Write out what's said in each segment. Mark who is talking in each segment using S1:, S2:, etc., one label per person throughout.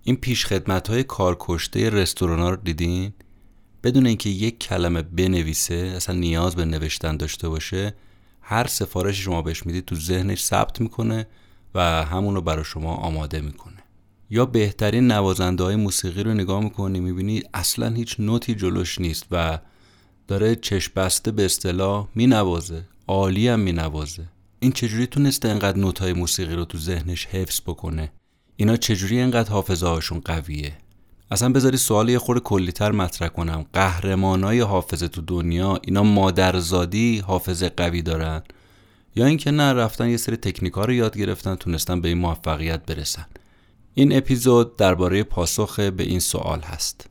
S1: این پیشخدمت‌های کارکشته رستورانا رو دیدین؟ بدون اینکه یک کلمه بنویسه، اصلا نیاز به نوشتن داشته باشه، هر سفارشی شما بهش میدید تو ذهنش ثبت میکنه و همونو برای شما آماده میکنه. یا بهترین نوازنده‌های موسیقی رو نگاه میکنی میبینی اصلا هیچ نوتی جلوش نیست و داره چشم بسته به اصطلاح مینوازه، عالی هم مینوازه. این چجوری تونسته انقدر نوت‌های موسیقی رو تو ذهنش حفظ بکنه؟ اینا چجوری انقدر حافظه هاشون قویه؟ اصلا بذاری سوال یه خورده کلی‌تر مطرح کنم. قهرمانای حافظه تو دنیا اینا مادرزادی حافظه قوی دارن یا اینکه نه رفتن یه سری تکنیک‌ها رو یاد گرفتن تونستن به این موفقیت برسن؟ این اپیزود درباره پاسخ به این سوال هست.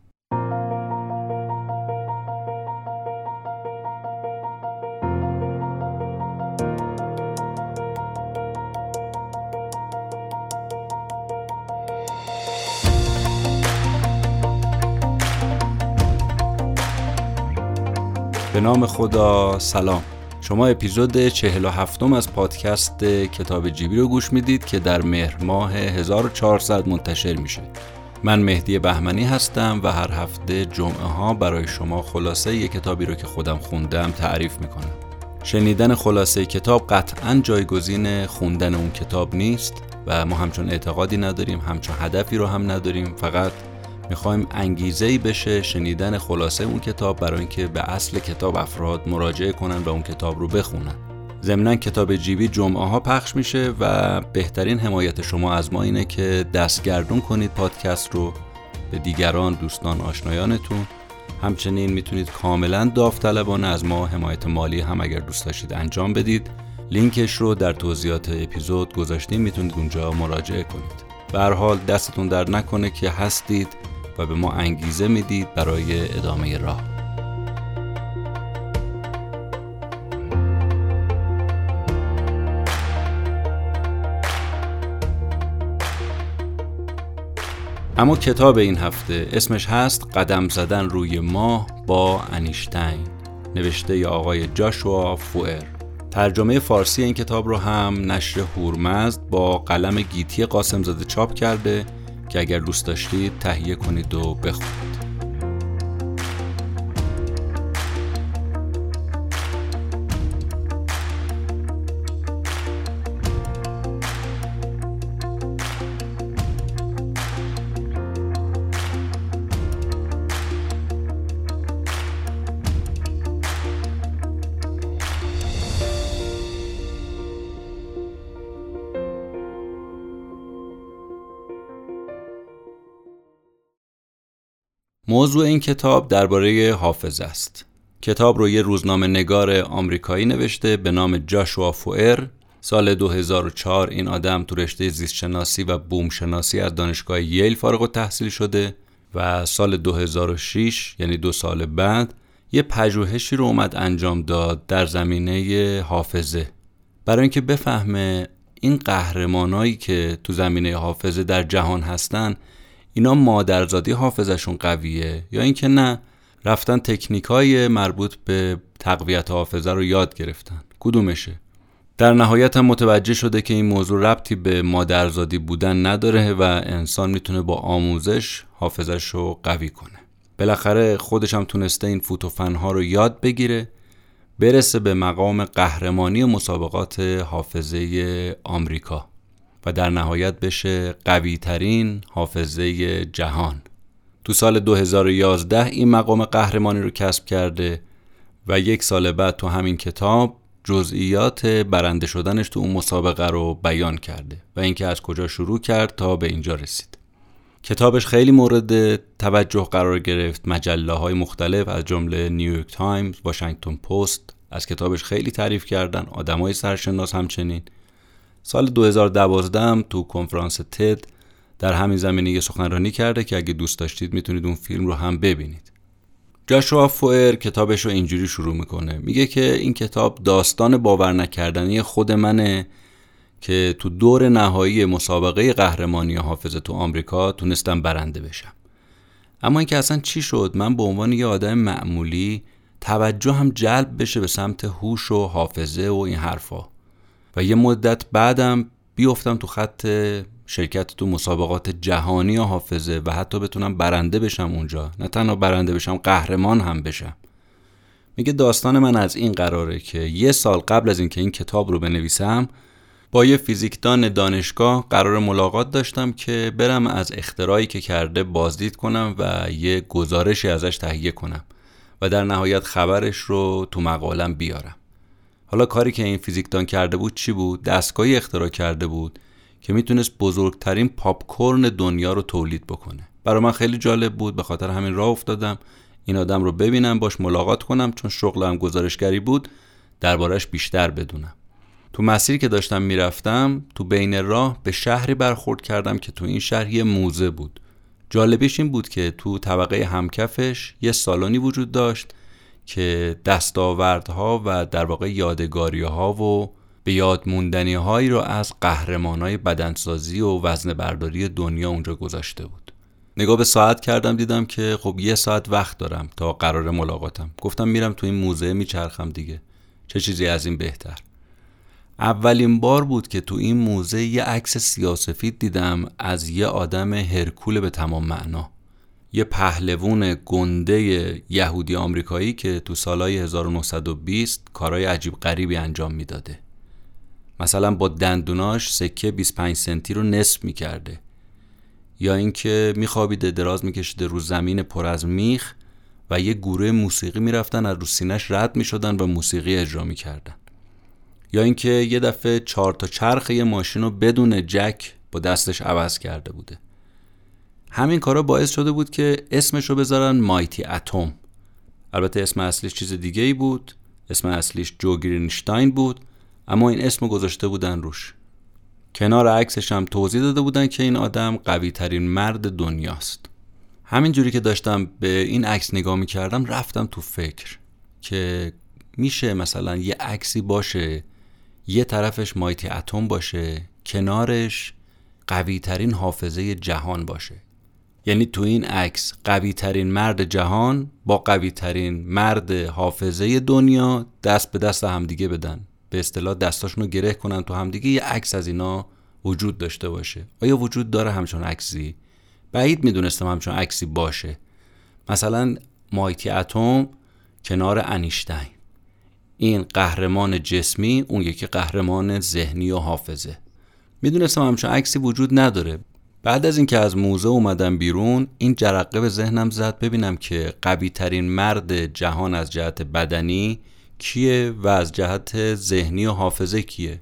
S1: به نام خدا. سلام. شما اپیزود 47 از پادکست کتاب جیبی رو گوش میدید که در مهر ماه 1400 منتشر میشه. من مهدی بهمنی هستم و هر هفته جمعه ها برای شما خلاصه یک کتابی رو که خودم خوندم تعریف میکنم. شنیدن خلاصه کتاب قطعاً جایگزین خوندن اون کتاب نیست و ما همچون اعتقادی نداریم، همچون هدفی رو هم نداریم، فقط میخوایم انگیزه‌ای بشه شنیدن خلاصه اون کتاب برای اینکه به اصل کتاب افراد مراجعه کنن و اون کتاب رو بخونن. ضمناً کتاب جیبی جمعه ها پخش میشه و بهترین حمایت شما از ما اینه که دستگردون کنید پادکست رو به دیگران، دوستان، آشنایانتون. همچنین میتونید کاملاً داوطلبانه از ما حمایت مالی هم اگر دوست داشتید انجام بدید. لینکش رو در توضیحات اپیزود گذاشتیم، میتونید اونجا مراجعه کنید. به هر حال دستتون درد نکنه که هستید و به ما انگیزه میدید برای ادامه راه. اما کتاب این هفته اسمش هست قدم زدن روی ماه با انیشتین، نوشته ی آقای جاشوا فوئر. ترجمه فارسی این کتاب رو هم نشر هورمزد با قلم گیتی قاسمزاده چاپ کرده که اگر دوست داشتید تهیه کنید و بخونید. موضوع این کتاب درباره حافظه است. کتاب رو یه روزنامه نگار آمریکایی نوشته به نام جاشوا فوئر. سال 2004 این آدم تو رشته زیستشناسی و بومشناسی از دانشگاه ییل فارغ التحصیل شده و سال 2006 یعنی 2 سال بعد یه پژوهشی رو اومد انجام داد در زمینه حافظه برای اینکه بفهمه این قهرمانایی که تو زمینه حافظه در جهان هستن اینا مادرزادی حافظشون قویه یا اینکه نه رفتن تکنیکای مربوط به تقویت حافظه رو یاد گرفتن، کدومشه؟ در نهایت هم متوجه شده که این موضوع ربطی به مادرزادی بودن نداره و انسان میتونه با آموزش حافظش رو قوی کنه. بالاخره خودش هم تونسته این فوت و فنها رو یاد بگیره، برسه به مقام قهرمانی مسابقات حافظه آمریکا و در نهایت بشه قوی ترین حافظه جهان. تو سال 2011 این مقام قهرمانی رو کسب کرده و 1 سال بعد تو همین کتاب جزئیات برنده شدنش تو اون مسابقه رو بیان کرده و اینکه از کجا شروع کرد تا به اینجا رسید. کتابش خیلی مورد توجه قرار گرفت. مجله‌های مختلف از جمله نیویورک تایمز، واشنگتن پست از کتابش خیلی تعریف کردن، آدمای سرشناس همچنین. سال 2012 هم تو کنفرانس تد در همین زمینه یه سخنرانی کرده که اگه دوست داشتید میتونید اون فیلم رو هم ببینید. جاشوا فوئر کتابش رو اینجوری شروع میکنه، میگه که این کتاب داستان باور نکردنی خود منه که تو دور نهایی مسابقه قهرمانی حافظه تو آمریکا تونستم برنده بشم. اما اینکه اصلا چی شد من به عنوان یه آدم معمولی توجه هم جلب بشه به سمت هوش و حافظه و این حرفا و یه مدت بعدم بیفتم تو خط شرکت تو مسابقات جهانی حافظه و حتی بتونم برنده بشم اونجا. نه تنها برنده بشم، قهرمان هم بشم. میگه داستان من از این قراره که 1 سال قبل از اینکه این کتاب رو بنویسم با یه فیزیکدان دانشگاه قرار ملاقات داشتم که برم از اختراعی که کرده بازدید کنم و یه گزارشی ازش تهیه کنم و در نهایت خبرش رو تو مقالم بیارم. حالا کاری که این فیزیکدان کرده بود چی بود؟ دستگاهی اختراع کرده بود که میتونست بزرگترین پاپکورن دنیا رو تولید بکنه. برای من خیلی جالب بود، به خاطر همین راه افتادم این آدم رو ببینم، باش ملاقات کنم، چون شغلم گزارشگری بود، دربارش بیشتر بدونم. تو مسیری که داشتم میرفتم تو بین راه به شهری برخورد کردم که تو این شهر یه موزه بود. جالبیش این بود که تو طبقه همکفش یه سالنی وجود داشت که دستاوردها و در واقع یادگاری‌ها و به یاد موندنی‌هایی رو از قهرمانای بدنسازی و وزنه برداری دنیا اونجا گذاشته بود. نگاه به ساعت کردم، دیدم که خب 1 ساعت وقت دارم تا قرار ملاقاتم. گفتم میرم تو این موزه میچرخم دیگه، چه چیزی از این بهتر. اولین بار بود که تو این موزه یه عکس سیاه‌وسفید دیدم از یه آدم هرکول به تمام معنا، یه پهلوون گنده یهودی آمریکایی که تو سالهای 1920 کارهای عجیب غریبی انجام میداده. مثلا با دندوناش سکه 25 سنتی رو نصف میکرده، یا اینکه میخوابیده دراز میکشیده رو زمین پر از میخ و یه گروه موسیقی میرفتن از رو سینه‌اش رد میشدن و موسیقی اجرا میکردن، یا اینکه یه دفعه 4 تا چرخ یه ماشین رو بدون جک با دستش عوض کرده بوده. همین کارا باعث شده بود که اسمش رو بذارن مایتی اتم. البته اسم اصلیش چیز دیگه ای بود، اسم اصلیش جو گرینشتاین بود، اما این اسم گذاشته بودن روش. کنار عکسش هم توضیح داده بودن که این آدم قوی ترین مرد دنیاست. همین جوری که داشتم به این عکس نگاه می‌کردم رفتم تو فکر که میشه مثلا یه عکسی باشه یه طرفش مایتی اتم باشه، کنارش قوی ترین حافظه جهان باشه. یعنی تو این عکس قوی ترین مرد جهان با قوی ترین مرد حافظه دنیا دست به دست همدیگه بدن، به اصطلاح دستاشونو گره کنن تو همدیگه، یه عکس از اینا وجود داشته باشه. آیا وجود داره همچون عکسی؟ بعید میدونستم همچون عکسی باشه. مثلا مایتی اتم کنار انیشتین، این قهرمان جسمی، اون یکی قهرمان ذهنی و حافظه. میدونستم همچون عکسی وجود نداره. بعد از اینکه از موزه اومدم بیرون این جرقه به ذهنم زد ببینم که قوی ترین مرد جهان از جهت بدنی کیه و از جهت ذهنی و حافظه کیه.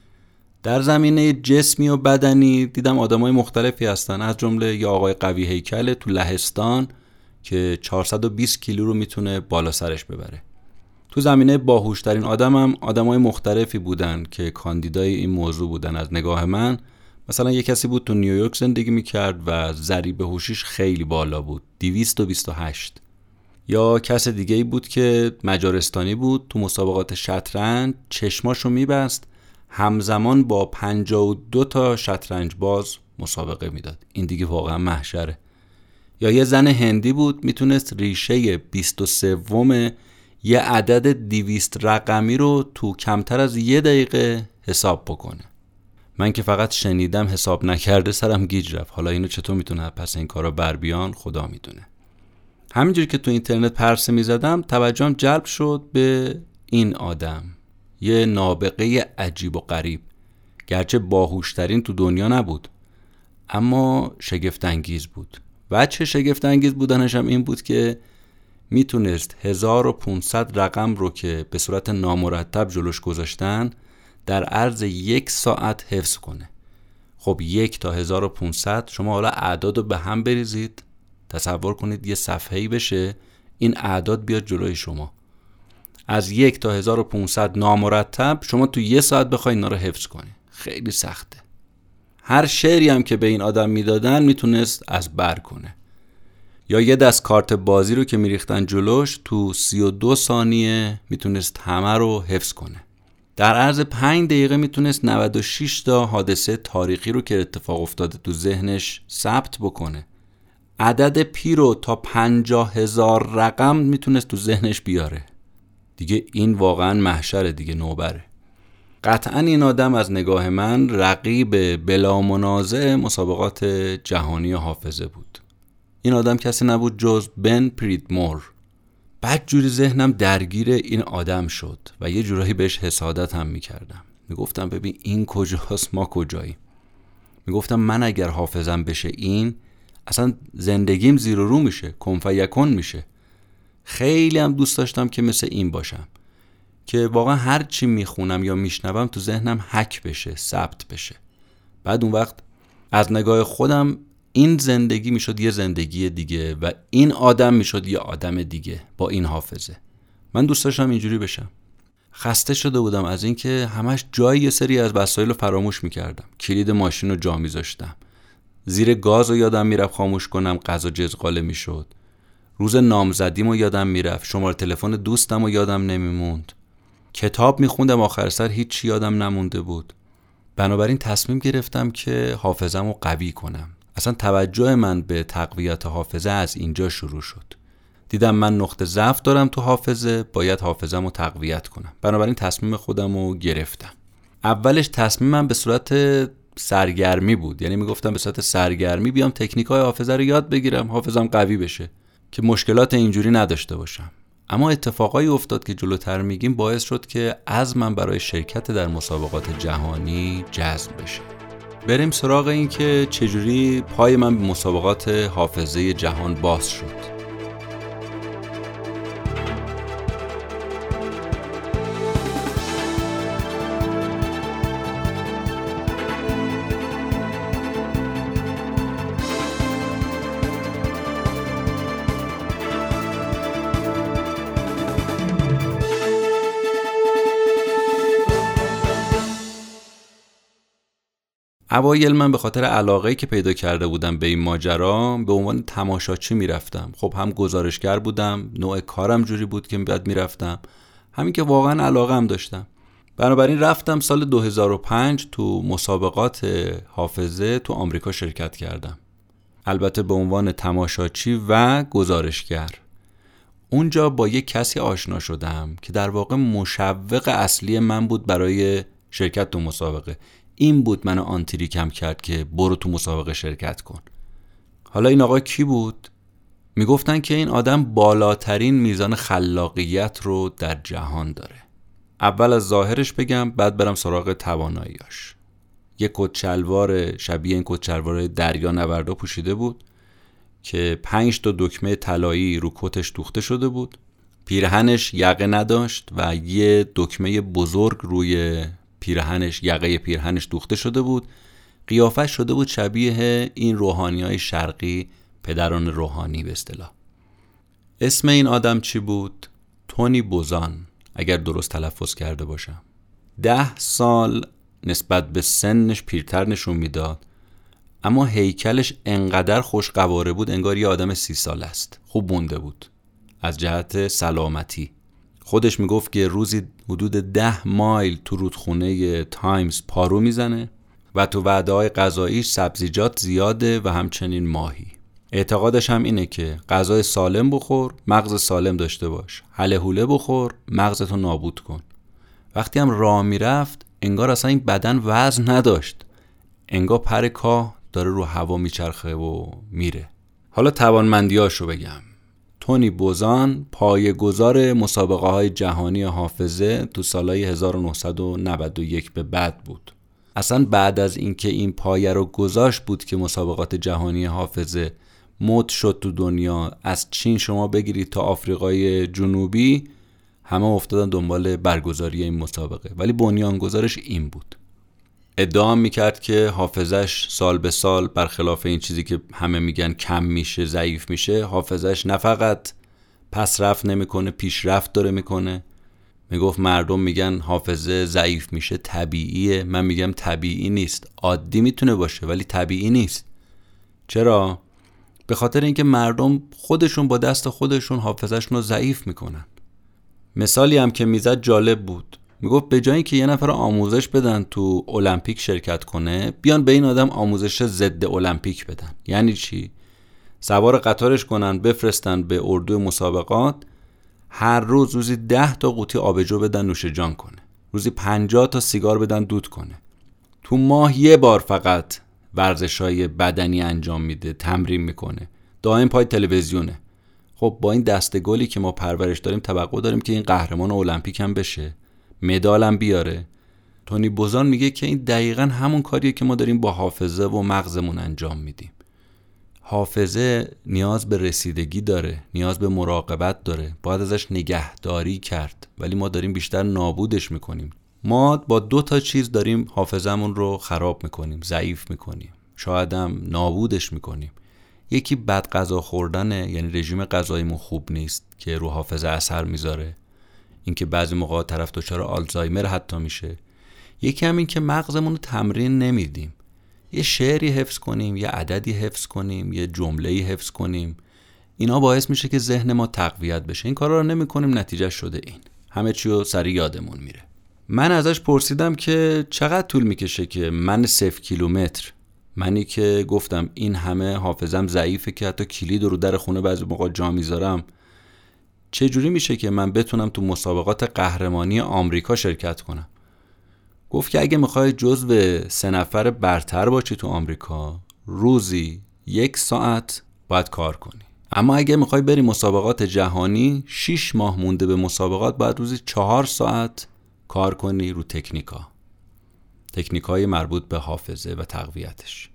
S1: در زمینه جسمی و بدنی دیدم آدمای مختلفی هستن، از جمله یه آقای قوی هیکل تو لهستان که 420 کیلو رو میتونه بالا سرش ببره. تو زمینه باهوشترین آدمم آدمای مختلفی بودن که کاندیدای این موضوع بودن از نگاه من. مثلا یه کسی بود تو نیویورک زندگی میکرد و ضریب هوشیش خیلی بالا بود، 228. یا کس دیگه‌ای بود که مجارستانی بود، تو مسابقات شطرنج چشماشو میبست همزمان با 52 تا شطرنج باز مسابقه میداد. این دیگه واقعا محشره. یا یه زن هندی بود میتونست ریشه 23 یه عدد 200 رقمی رو تو کمتر از 1 دقیقه حساب بکنه. من که فقط شنیدم، حساب نکرده سرم گیج رفت. حالا اینو چطور میتونه پس این کارا بر بیان خدا میدونه. همینجوری که تو اینترنت پرسه میزدم توجهم جلب شد به این آدم، یه نابغه عجیب و غریب. گرچه باهوشترین تو دنیا نبود اما شگفت انگیز بود. وجه شگفت انگیز بودنش هم این بود که میتونست 1500 رقم رو که به صورت نامرتب جلوش گذاشتن در عرض 1 ساعت حفظ کنه. خب 1 تا 1500 شما حالا اعداد رو به هم بریزید، تصور کنید یه صفحه‌ای بشه این اعداد بیاد جلوی شما. از 1 تا 1500 نامرتب شما تو 1 ساعت بخواید اینا رو حفظ کنی، خیلی سخته. هر شعری هم که به این آدم میدادن میتونست از بر کنه. یا یه دست کارت بازی رو که میریختن جلوش تو 32 ثانیه میتونست همه رو حفظ کنه. در عرض 5 دقیقه میتونست 96 تا حادثه تاریخی رو که اتفاق افتاده تو ذهنش ثبت بکنه. عدد پی رو تا 50,000 رقم میتونست تو ذهنش بیاره. دیگه این واقعا محشره دیگه، نوبره. قطعا این آدم از نگاه من رقیب بلا منازع مسابقات جهانی حافظه بود. این آدم کسی نبود جز بن پریدمور. بعد جوری ذهنم درگیر این آدم شد و یه جورایی بهش حسادت هم میکردم. میگفتم ببین این کجاست ما کجایی. میگفتم من اگر حافظم بشه این، اصلا زندگیم زیر و رو میشه، کن فیکون میشه. خیلی هم دوست داشتم که مثل این باشم، که واقعا هر چی میخونم یا میشنوم تو ذهنم حک بشه، ثبت بشه. بعد اون وقت از نگاه خودم این زندگی میشد یه زندگی دیگه و این آدم میشد یه آدم دیگه با این حافظه. من دوست داشتم اینجوری بشم. خسته شده بودم از این که همش جای یه سری از وسایل رو فراموش میکردم. کلید ماشین رو جا میذاشتم، زیر گاز رو یادم میرفت خاموش کنم، غذا جزغاله میشد. روز نامزدیمو یادم میرفت، شماره تلفن دوستم رو یادم نمیموند. کتاب میخوندم، آخر سر هیچ یادم نمونده بود. بنابراین تصمیم گرفتم که حافظم رو قوی کنم. اصلا توجه من به تقویت حافظه از اینجا شروع شد. دیدم من نقطه ضعف دارم تو حافظه، باید حافظم رو تقویت کنم. بنابراین تصمیم خودم رو گرفتم. اولش تصمیمم به صورت سرگرمی بود، یعنی میگفتم به صورت سرگرمی بیام تکنیک‌های حافظه رو یاد بگیرم، حافظم قوی بشه که مشکلات اینجوری نداشته باشم. اما اتفاقایی افتاد که جلوتر میگیم باعث شد که عزمم برای شرکت در مسابقات جهانی جزم بشه. بریم سراغ این که چجوری پای من به مسابقات حافظه جهان باز شد. اوایل من به خاطر علاقه‌ای که پیدا کرده بودم به این ماجرا به عنوان تماشاچی میرفتم. خب هم گزارشگر بودم، نوع کارم جوری بود که بعد میرفتم، همین که واقعا علاقه هم داشتم. بنابراین رفتم سال 2005 تو مسابقات حافظه تو آمریکا شرکت کردم. البته به عنوان تماشاچی و گزارشگر. اونجا با یک کسی آشنا شدم که در واقع مشوق اصلی من بود برای شرکت تو مسابقه. این بود منو آنتریکم کرد که برو تو مسابقه شرکت کن. حالا این آقا کی بود؟ میگفتن که این آدم بالاترین میزان خلاقیت رو در جهان داره. اول از ظاهرش بگم، بعد برم سراغ تواناییاش. یک کت شلوار شبیه این کت شلوار دریا نوردا پوشیده بود که 5 تا دکمه طلایی رو کتش دوخته شده بود. پیرهنش یقه نداشت و یه دکمه بزرگ روی پیرهنش، یقه پیرهنش دوخته شده بود. قیافش شده بود شبیه این روحانیای شرقی، پدران روحانی به اصطلاح. اسم این آدم چی بود؟ تونی بوزان، اگر درست تلفظ کرده باشم. 10 سال نسبت به سنش پیرتر نشون میداد، اما هیکلش انقدر خوشقواره بود انگار یه آدم 30 ساله است. خوب مونده بود از جهت سلامتی. خودش میگفت که روزی حدود 10 مایل تو رودخونه تایمز پارو میزنه و تو وعده‌های غذاییش سبزیجات زیاده و همچنین ماهی. اعتقادش هم اینه که غذای سالم بخور، مغز سالم داشته باش. هله هوله بخور، مغزتو نابود کن. وقتی هم راه میرفت انگار اصلا این بدن وزن نداشت، انگار پر کاه داره رو هوا میچرخه و میره. حالا توانمندیاشو بگم. تونی بوزان پایه‌گذار مسابقه های جهانی حافظه تو سالهای 1991 به بعد بود. اصلا بعد از اینکه این پایه رو گذاشت بود که مسابقات جهانی حافظه مد شد تو دنیا. از چین شما بگیرید تا آفریقای جنوبی همه افتادن دنبال برگزاری این مسابقه، ولی بنیانگذارش این بود. ادعا میکرد که حافظش سال به سال برخلاف این چیزی که همه میگن کم میشه، ضعیف میشه، حافظش نه فقط پس رفت نمیکنه، پیشرفت داره میکنه. میگفت مردم میگن حافظه ضعیف میشه، طبیعیه. من میگم طبیعی نیست، عادی میتونه باشه ولی طبیعی نیست. چرا؟ به خاطر اینکه مردم خودشون با دست خودشون حافظه‌شون رو ضعیف میکنن. مثالی هم که میزد جالب بود. میگفت به جای اینکه یه نفر آموزش بدن تو المپیک شرکت کنه، بیان به این آدم آموزش ضد المپیک بدن. یعنی چی؟ سوار قطارش کنن، بفرستن به اردو مسابقات، هر روزی 10 تا قوطی آبجو بدن نوش جان کنه. روزی 50 تا سیگار بدن دود کنه، تو ماه یه بار فقط ورزش‌های بدنی انجام میده، تمرین میکنه، دائم پای تلویزیونه. خب با این دسته گلی که ما پرورش داریم توقع داریم که این قهرمان المپیک هم بشه، مدال هم بیاره. تونی بوزان میگه که این دقیقاً همون کاریه که ما داریم با حافظه و مغزمون انجام میدیم. حافظه نیاز به رسیدگی داره، نیاز به مراقبت داره، باید ازش نگهداری کرد، ولی ما داریم بیشتر نابودش میکنیم. ما با 2 تا چیز داریم حافظمون رو خراب میکنیم، ضعیف میکنیم، شاید هم نابودش میکنیم. یکی بد غذا خوردنه، یعنی رژیم غذاییمون خوب نیست که رو حافظه اثر میذاره، اینکه بعضی موقع طرف دچار آلزایمر حتی میشه. یکی هم این که مغزمون رو تمرین نمیدیم، یه شعری حفظ کنیم، یه عددی حفظ کنیم، یه جمله‌ای حفظ کنیم، اینا باعث میشه که ذهن ما تقویت بشه. این کارا رو نمی‌کنیم، نتیجه شده این همه چی رو سریع یادمون میره. من ازش پرسیدم که چقدر طول میکشه که من 0 کیلومتر، منی که گفتم این همه حافظم ضعیفه که حتی کلید رو در خونه بعضی موقع جا میذارم، چه جوری میشه که من بتونم تو مسابقات قهرمانی آمریکا شرکت کنم؟ گفت که اگه میخوای جزو 3 نفر برتر باشی تو آمریکا، روزی 1 ساعت باید کار کنی. اما اگه میخوای بری مسابقات جهانی، 6 ماه مونده به مسابقات، باید روزی 4 ساعت کار کنی رو تکنیکای مربوط به حافظه و تقویتش.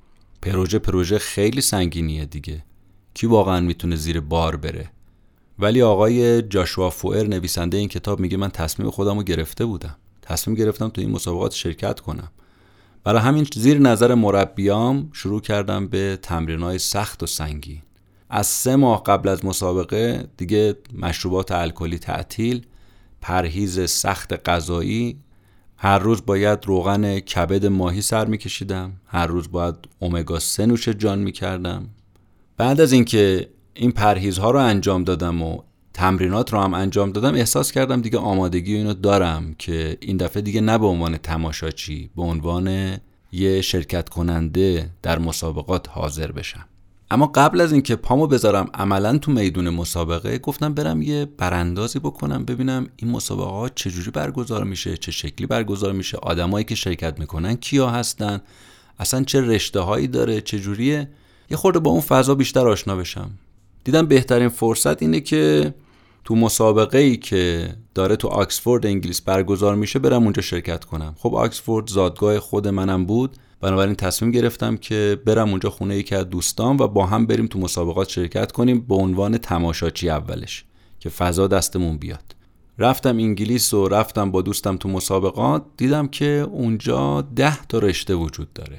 S1: پروژه خیلی سنگینیه دیگه، کی واقعا میتونه زیر بار بره؟ ولی آقای جاشوا فوئر نویسنده این کتاب میگه من تصمیم خودم رو تصمیم گرفتم تو این مسابقات شرکت کنم. برای همین زیر نظر مربیام شروع کردم به تمرینای سخت و سنگین. از 3 ماه قبل از مسابقه دیگه مشروبات الکلی تعطیل، پرهیز سخت غذایی، هر روز باید روغن کبد ماهی سر میکشیدم، هر روز باید امگا 3 نوش جان میکردم. بعد از اینکه این پرهیزها رو انجام دادم و تمرینات رو هم انجام دادم، احساس کردم دیگه آمادگی اینو دارم که این دفعه دیگه نه به عنوان تماشاچی، به عنوان یه شرکت کننده در مسابقات حاضر بشم. اما قبل از اینکه پامو بذارم عملاً تو میدون مسابقه، گفتم برم یه براندازی بکنم، ببینم این مسابقات چجوری برگزار میشه، چه شکلی برگزار میشه، آدمایی که شرکت میکنن کیا هستن، اصلا چه رشته‌هایی داره، چجوریه، یه خورده با اون فضا بیشتر آشنا بشم. دیدم بهترین فرصت اینه که تو مسابقه‌ای که داره تو آکسفورد انگلیس برگزار میشه برم اونجا شرکت کنم. خب آکسفورد زادگاه خود منم بود، بنابراین تصمیم گرفتم که برم اونجا خونه یکی از دوستان و با هم بریم تو مسابقات شرکت کنیم به عنوان تماشاچی اولش که فضا دستمون بیاد. رفتم انگلیس و رفتم با دوستم تو مسابقات، دیدم که اونجا 10 تا رشته وجود داره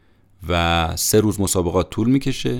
S1: و 3 روز مسابقات طول میکشه.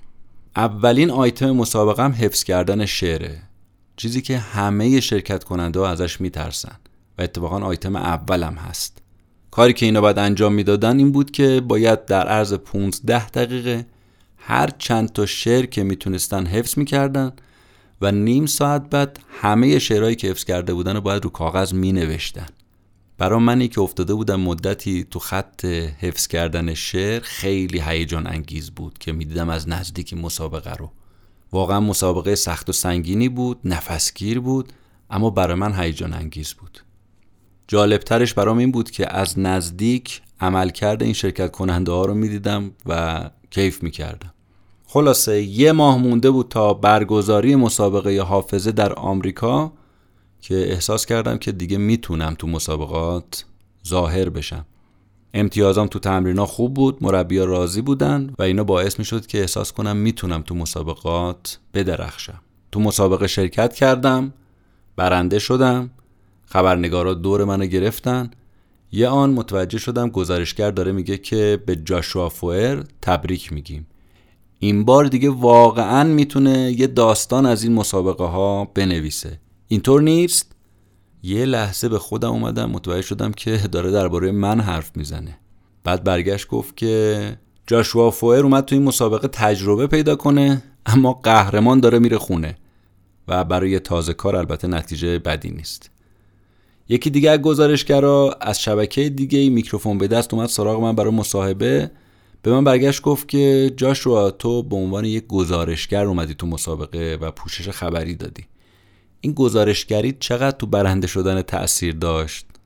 S1: اولین آیتم مسابقه هم حفظ کردن شعره، چیزی که همه شرکت کننده ها ازش میترسن و اتفاقا آیتم اولم هست. کاری که اینا باید انجام میدادن این بود که باید در عرض 15 دقیقه هر چند تا شعر که میتونستن حفظ میکردن و نیم ساعت بعد همه شعرهایی که حفظ کرده بودن رو باید رو کاغذ مینوشتن. برای منی که افتاده بودم مدتی تو خط حفظ کردن شعر خیلی هیجان انگیز بود که میدیدم از نزدیک مسابقه رو. واقعا مسابقه سخت و سنگینی بود، نفسگیر بود، اما برای من هیجان انگیز بود. جالبترش برام این بود که از نزدیک عملکرد این شرکت کننده ها رو میدیدم و کیف میکردم. خلاصه 1 ماه مونده بود تا برگزاری مسابقه حافظه در آمریکا که احساس کردم که دیگه میتونم تو مسابقات ظاهر بشم. امتیازم تو تمرینا خوب بود، مربی‌ها راضی بودن و اینا باعث میشد که احساس کنم میتونم تو مسابقات بدرخشم. تو مسابقه شرکت کردم، برنده شدم، خبرنگارا دور منو گرفتن. یه آن متوجه شدم گزارشگر داره میگه که به جاشوا فوئر تبریک میگیم. این بار دیگه واقعاً میتونه یه داستان از این مسابقه ها بنویسه. اینطور نیست؟ یه لحظه به خودم اومدم، متوجه شدم که داره درباره من حرف میزنه. بعد برگشت گفت که جاشوا فوئر اومد تو این مسابقه تجربه پیدا کنه، اما قهرمان داره میره خونه و برای تازه کار البته نتیجه بدی نیست. یکی دیگه از گزارشگرا از شبکه دیگه میکروفون به دست اومد سراغ من برای مصاحبه. به من برگشت گفت که جاشوا تو به عنوان یک گزارشگر اومدی تو مسابقه و پوشش خبری دادی. این گزارشگری چقدر تو برنده شدن تأثیر داشت؟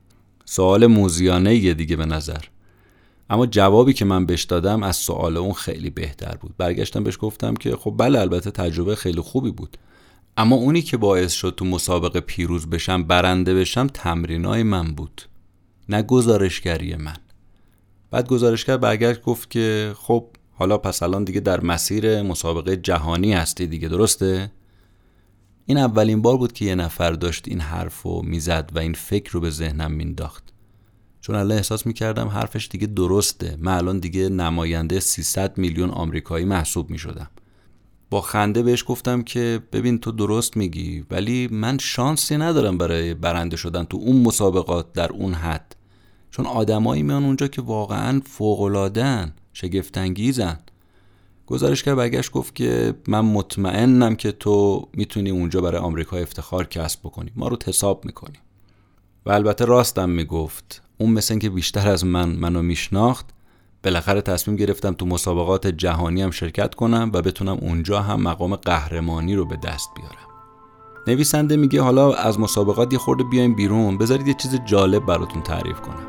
S1: سوال موذیانه‌ایه دیگه به نظر. اما جوابی که من بهش دادم از سوال اون خیلی بهتر بود. برگشتم بهش گفتم که خب بله البته تجربه خیلی خوبی بود، اما اونی که باعث شد تو مسابقه پیروز بشم، برنده بشم، تمرینای من بود، نه گزارشگری من. بعد گزارشگر برگشت گفت که خب حالا پس الان دیگه در مسیر مسابقه جهانی هستی دیگه، درسته؟ این اولین بار بود که یه نفر داشت این حرفو میزد و این فکر رو به ذهنم مینداخت، چون الان احساس میکردم حرفش دیگه درسته. من الان دیگه نماینده 300 میلیون آمریکایی محسوب میشدم. با خنده بهش گفتم که ببین تو درست میگی، ولی من شانسی ندارم برای برنده شدن تو اون مسابقات در اون حد، چون آدمایی میان اونجا که واقعا فوق‌العاده‌ان، شگفت‌انگیزن. گزارشگر برگشت گفت که من مطمئنم که تو میتونی اونجا برای آمریکا افتخار کسب بکنی، ما رو حساب میکنی. و البته راستم میگفت. اون مثل که بیشتر از منو میشناخت. بالاخره تصمیم گرفتم تو مسابقات جهانی هم شرکت کنم و بتونم اونجا هم مقام قهرمانی رو به دست بیارم. نویسنده میگه حالا از مسابقات یه خورده بیایم بیرون، بذارید یه چیز جالب براتون تعریف کنم.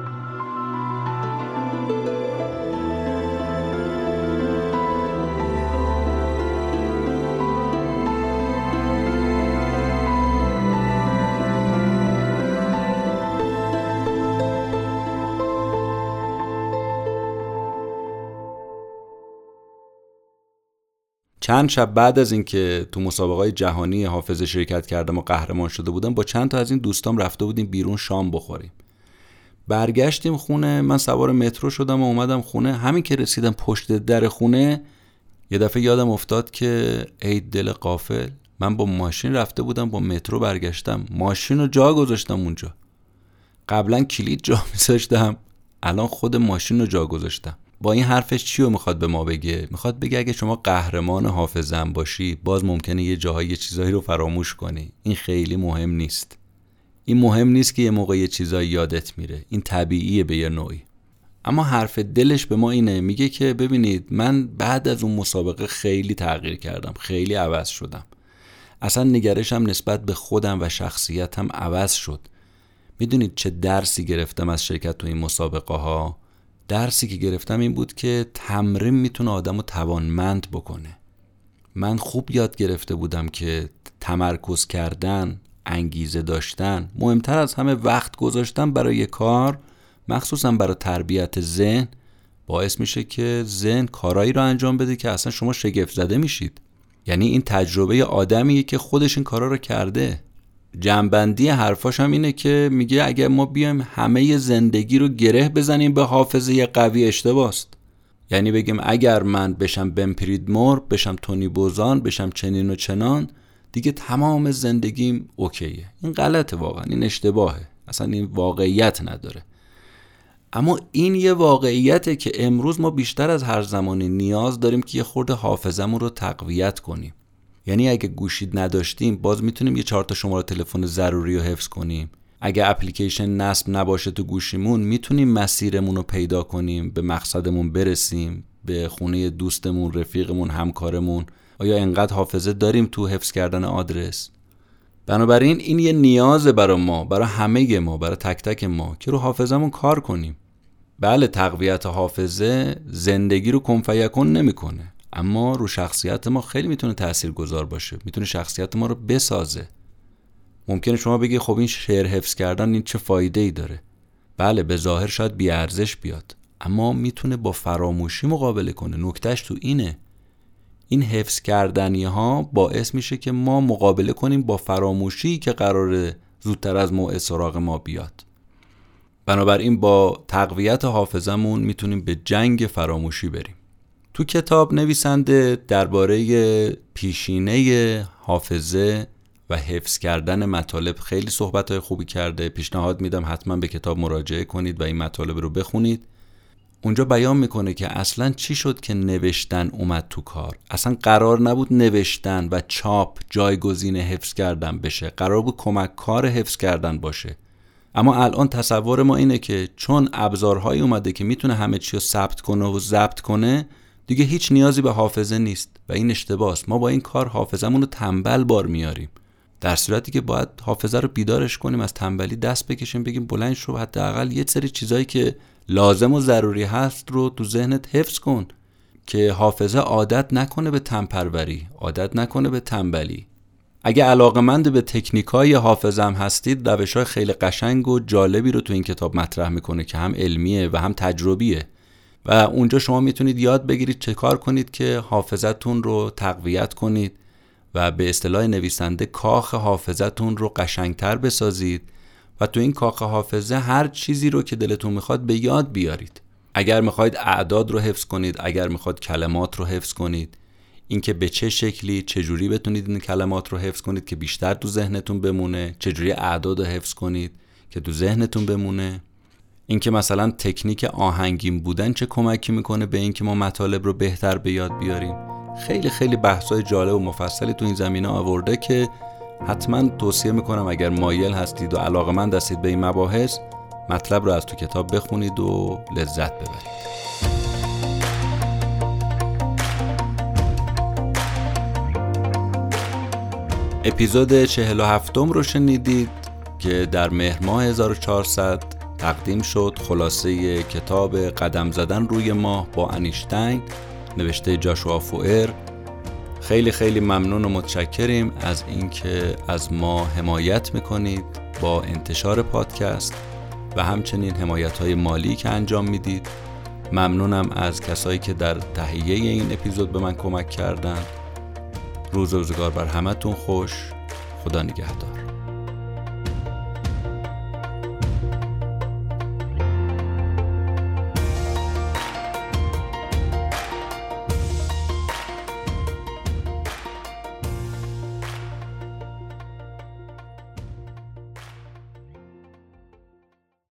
S1: چند شب بعد از اینکه تو مسابقات جهانی حافظه شرکت کردم و قهرمان شده بودم، با چند تا از این دوستام رفته بودیم بیرون شام بخوریم. برگشتیم خونه، من سوار مترو شدم و اومدم خونه. همین که رسیدم پشت در خونه یه دفعه یادم افتاد که ای دل غافل، من با ماشین رفته بودم، با مترو برگشتم، ماشین رو جا گذاشتم اونجا. قبلا کلید جا میذاشتم، الان خود ماشین رو جا گذاشتم. با این حرفش چی رو میخواد به ما بگه؟ میخواد بگه اگه شما قهرمان حافظه باشی، باز ممکنه یه جاهای یه چیزایی رو فراموش کنی. این خیلی مهم نیست. این مهم نیست که یه موقع یه چیزایی یادت میره، این طبیعیه به یه نوعی. اما حرف دلش به ما اینه، میگه که ببینید من بعد از اون مسابقه خیلی تغییر کردم، خیلی عوض شدم. اصلا نگرشم نسبت به خودم و شخصیتم عوض شد. میدونید چه درسی گرفتم از شرکت تو این مسابقه ها؟ درسی که گرفتم این بود که تمرین میتونه آدمو توانمند بکنه. من خوب یاد گرفته بودم که تمرکز کردن، انگیزه داشتن، مهمتر از همه وقت گذاشتن برای کار، مخصوصا برای تربیت ذهن، باعث میشه که ذهن کارایی رو انجام بده که اصلا شما شگفت زده میشید. یعنی این تجربه آدمیه که خودش این کارا رو کرده. جنبندی حرفاش هم اینه که میگه اگه ما بیایم همه زندگی رو گره بزنیم به حافظه قوی، اشتباست. یعنی بگیم اگر من بشم بن پریدمور، بشم تونی بوزان، بشم چنین و چنان، دیگه تمام زندگیم اوکیه. این غلطه واقعا، این اشتباهه، اصلا این واقعیت نداره. اما این یه واقعیته که امروز ما بیشتر از هر زمانی نیاز داریم که یه خورده حافظمون رو تقویت کنیم. یعنی اگه گوشی نداشتیم باز میتونیم یه 4 تا شماره تلفن ضروری رو حفظ کنیم. اگه اپلیکیشن نصب نباشه تو گوشیمون، میتونیم مسیرمون رو پیدا کنیم، به مقصدمون برسیم، به خونه دوستمون، رفیقمون، همکارمون. آیا انقدر حافظه داریم تو حفظ کردن آدرس؟ بنابراین این یه نیازه برای ما، برای همه ما، برای تک تک ما که رو حافظمون کار کنیم. بله تقویت حافظه زندگی رو کن فیکون نمیکنه، اما رو شخصیت ما خیلی میتونه تاثیرگذار باشه، میتونه شخصیت ما رو بسازه. ممکنه شما بگی خب این شعر حفظ کردن این چه فایده ای داره؟ بله به ظاهر شاید بی ارزش بیاد، اما میتونه با فراموشی مقابله کنه. نکتهش تو اینه، این حفظ کردنی ها باعث میشه که ما مقابله کنیم با فراموشی که قراره زودتر از موعد سراغ ما بیاد. بنابراین با تقویت حافظمون میتونیم به جنگ فراموشی بریم. تو کتاب نویسنده درباره پیشینه حافظه و حفظ کردن مطالب خیلی صحبت‌های خوبی کرده. پیشنهاد میدم حتما به کتاب مراجعه کنید و این مطالب رو بخونید. اونجا بیان میکنه که اصلا چی شد که نوشتن اومد تو کار. اصلا قرار نبود نوشتن و چاپ جایگزین حفظ کردن بشه، قرار بود کمک کار حفظ کردن باشه. اما الان تصور ما اینه که چون ابزارهایی اومده که میتونه همه چی رو ثبت کنه و ضبط کنه، دیگه هیچ نیازی به حافظه نیست و این اشتباهه. ما با این کار حافظمون رو تنبل بار میاریم. در صورتی که باید حافظه رو بیدارش کنیم، از تنبلی دست بکشیم، بگیم بلند شو، حداقل یه سری چیزایی که لازم و ضروری هست رو تو ذهنت حفظ کن که حافظه عادت نکنه به تنپروری، عادت نکنه به تنبلی. اگه علاقه‌مند به تکنیکای حافظه هم هستید، روش‌های خیلی قشنگ و جالبی رو تو این کتاب مطرح میکنه که هم علمیه و هم تجربیه و اونجا شما میتونید یاد بگیرید چه کار کنید که حافظتون رو تقویت کنید و به اصطلاح نویسنده کاخ حافظتون رو قشنگتر بسازید و تو این کاخ حافظه هر چیزی رو که دلتون میخواد به یاد بیارید. اگر میخواید اعداد رو حفظ کنید، اگر میخواد کلمات رو حفظ کنید، اینکه به چه شکلی چجوری بتونید این کلمات رو حفظ کنید که بیشتر تو ذهنتون بمونه، چجوری اعداد رو حفظ کنید که تو ذهنتون بمونه، اینکه مثلا تکنیک آهنگین بودن چه کمکی میکنه به اینکه ما مطالب رو بهتر به یاد بیاریم. خیلی خیلی بحث‌های جالب و مفصلی تو این زمینه آورده که حتما توصیه میکنم اگر مایل هستید و علاقه‌مند هستید به این مباحث، مطلب رو از تو کتاب بخونید و لذت ببرید. اپیزود 47 رو شنیدید که در مهر ماه 1400 تقدیم شد، خلاصه کتاب قدم زدن روی ماه با انیشتین نوشته جاشوا فوئر. خیلی خیلی ممنون و متشکریم از اینکه از ما حمایت میکنید با انتشار پادکست و همچنین حمایت‌های مالی که انجام میدید. ممنونم از کسایی که در تهیه این اپیزود به من کمک کردن. روز و روزگار بر همتون خوش. خدا نگهدار.